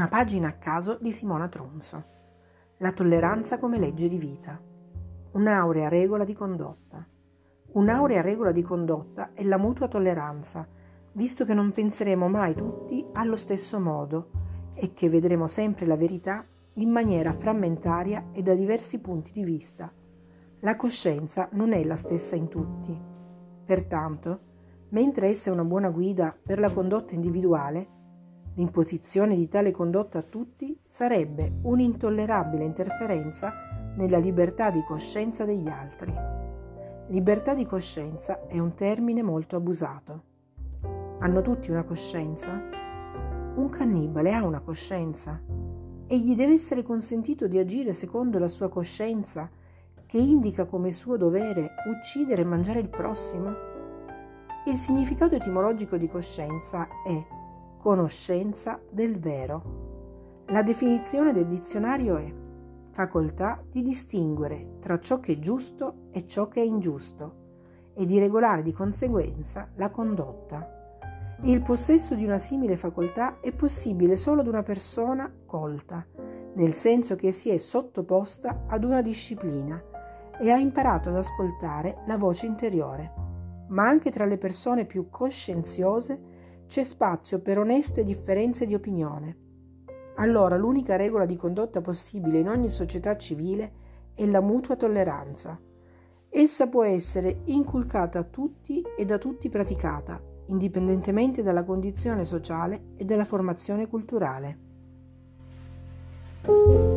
Una pagina a caso di Simona Tronzo. La tolleranza come legge di vita. Un'aurea regola di condotta. Un'aurea regola di condotta è la mutua tolleranza, visto che non penseremo mai tutti allo stesso modo e che vedremo sempre la verità in maniera frammentaria e da diversi punti di vista. La coscienza non è la stessa in tutti. Pertanto, mentre essa è una buona guida per la condotta individuale, l'imposizione di tale condotta a tutti sarebbe un'intollerabile interferenza nella libertà di coscienza degli altri. Libertà di coscienza è un termine molto abusato. Hanno tutti una coscienza? Un cannibale ha una coscienza e gli deve essere consentito di agire secondo la sua coscienza, che indica come suo dovere uccidere e mangiare il prossimo? Il significato etimologico di coscienza è conoscenza del vero. La definizione del dizionario è facoltà di distinguere tra ciò che è giusto e ciò che è ingiusto e di regolare di conseguenza la condotta. Il possesso di una simile facoltà è possibile solo ad una persona colta, nel senso che si è sottoposta ad una disciplina e ha imparato ad ascoltare la voce interiore. Ma anche tra le persone più coscienziose c'è spazio per oneste differenze di opinione. Allora l'unica regola di condotta possibile in ogni società civile è la mutua tolleranza. Essa può essere inculcata a tutti e da tutti praticata, indipendentemente dalla condizione sociale e dalla formazione culturale.